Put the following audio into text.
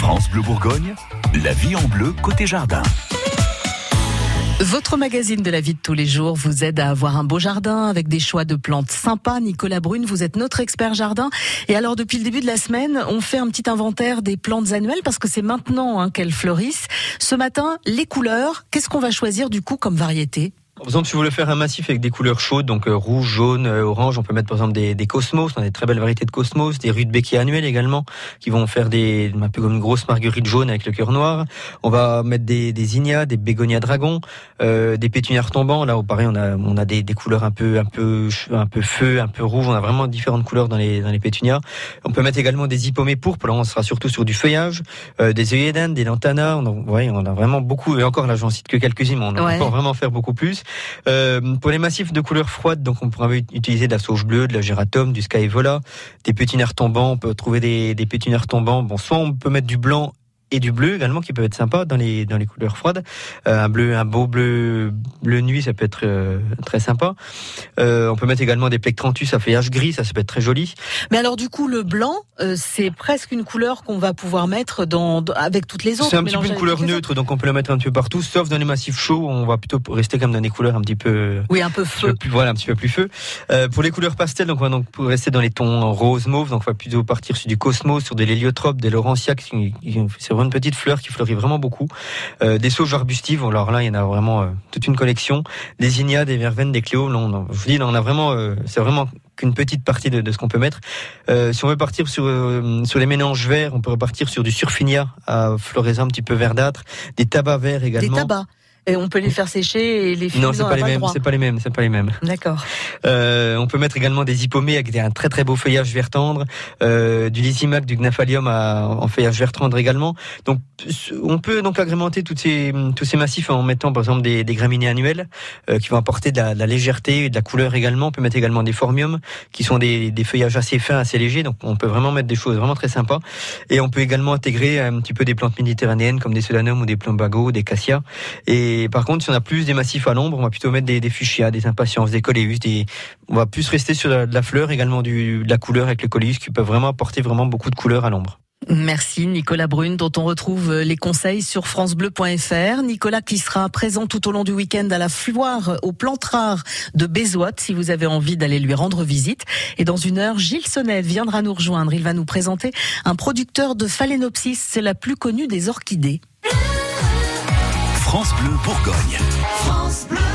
France Bleu Bourgogne, la vie en bleu côté jardin. Votre magazine de la vie de tous les jours vous aide à avoir un beau jardin avec des choix de plantes sympas. Nicolas Brune, vous êtes notre expert jardin. Et alors, depuis le début de la semaine, on fait un petit inventaire des plantes annuelles parce que c'est maintenant qu'elles fleurissent. Ce matin, les couleurs, qu'est-ce qu'on va choisir du coup comme variété ? Par exemple, si vous voulez faire un massif avec des couleurs chaudes, donc rouge, jaune, orange, on peut mettre par exemple des cosmos, on a des très belles variétés de cosmos, des rudbeckias annuelles également, qui vont faire un peu comme une grosse marguerite jaune avec le cœur noir. On va mettre des zinnias, des bégonias dragons, des pétunias retombants. Là, pareil, on a des couleurs un peu feu, un peu rouge. On a vraiment différentes couleurs dans les pétunias. On peut mettre également des hippomées pourpres. Là, on sera surtout sur du feuillage, des œillets des lantanas. On a vraiment beaucoup. Et encore, là, j'en cite que quelques-unes, mais on peut vraiment faire beaucoup plus. Pour les massifs de couleurs froides, donc on pourra utiliser de la sauge bleue, de la gératome, du skyvola, des pétuniaires tombants. On peut trouver des pétuniaires tombants. Bon, soit on peut mettre du blanc et du bleu également qui peuvent être sympas dans les couleurs froides. Un beau bleu nuit, ça peut être très sympa. On peut mettre également des plectranthus à feuillage gris, ça peut être très joli. Mais alors du coup le blanc, c'est presque une couleur qu'on va pouvoir mettre avec toutes les autres. C'est un petit peu une couleur neutre, donc on peut la mettre un petit peu partout, sauf dans les massifs chauds, on va plutôt rester comme dans des couleurs un petit peu. Oui, un peu feu. Un petit peu plus feu. Pour les couleurs pastel, donc on va rester dans les tons rose mauve, donc on va plutôt partir sur du cosmos, sur des léliotropes, des laurentia, c'est vraiment une petite fleur qui fleurit vraiment beaucoup. Des sauges arbustives, alors là il y en a vraiment toute une collection. Des zinnias, des verveines, des cléos. Là, je vous dis, là, on a vraiment, c'est vraiment qu'une petite partie de ce qu'on peut mettre. Si on veut partir sur les mélanges verts, on peut repartir sur du surfinia à floraison un petit peu verdâtre, des tabacs verts également. Des tabacs. Et on peut les faire sécher et les filer. Non, c'est pas les mêmes. D'accord. On peut mettre également des hippomées avec un très très beau feuillage vert tendre, du lysimac, du gnaphalium en feuillage vert tendre également. Donc on peut donc agrémenter tous ces massifs en mettant par exemple des graminées annuelles qui vont apporter de la légèreté et de la couleur également. On peut mettre également des phormiums qui sont des feuillages assez fins, assez légers. Donc on peut vraiment mettre des choses vraiment très sympas. Et on peut également intégrer un petit peu des plantes méditerranéennes comme des solanums ou des plumbago, des cassia. Et par contre, si on a plus des massifs à l'ombre, on va plutôt mettre des fuchsias, des impatiences, des coléus. On va plus rester sur de la fleur, également de la couleur avec les coléus qui peuvent vraiment apporter vraiment beaucoup de couleurs à l'ombre. Merci Nicolas Brune, dont on retrouve les conseils sur francebleu.fr. Nicolas qui sera présent tout au long du week-end à la foire aux plantes rares de Bézoite, si vous avez envie d'aller lui rendre visite. Et dans une heure, Gilles Sonnet viendra nous rejoindre. Il va nous présenter un producteur de phalaenopsis, c'est la plus connue des orchidées. France Bleu Bourgogne. France Bleu.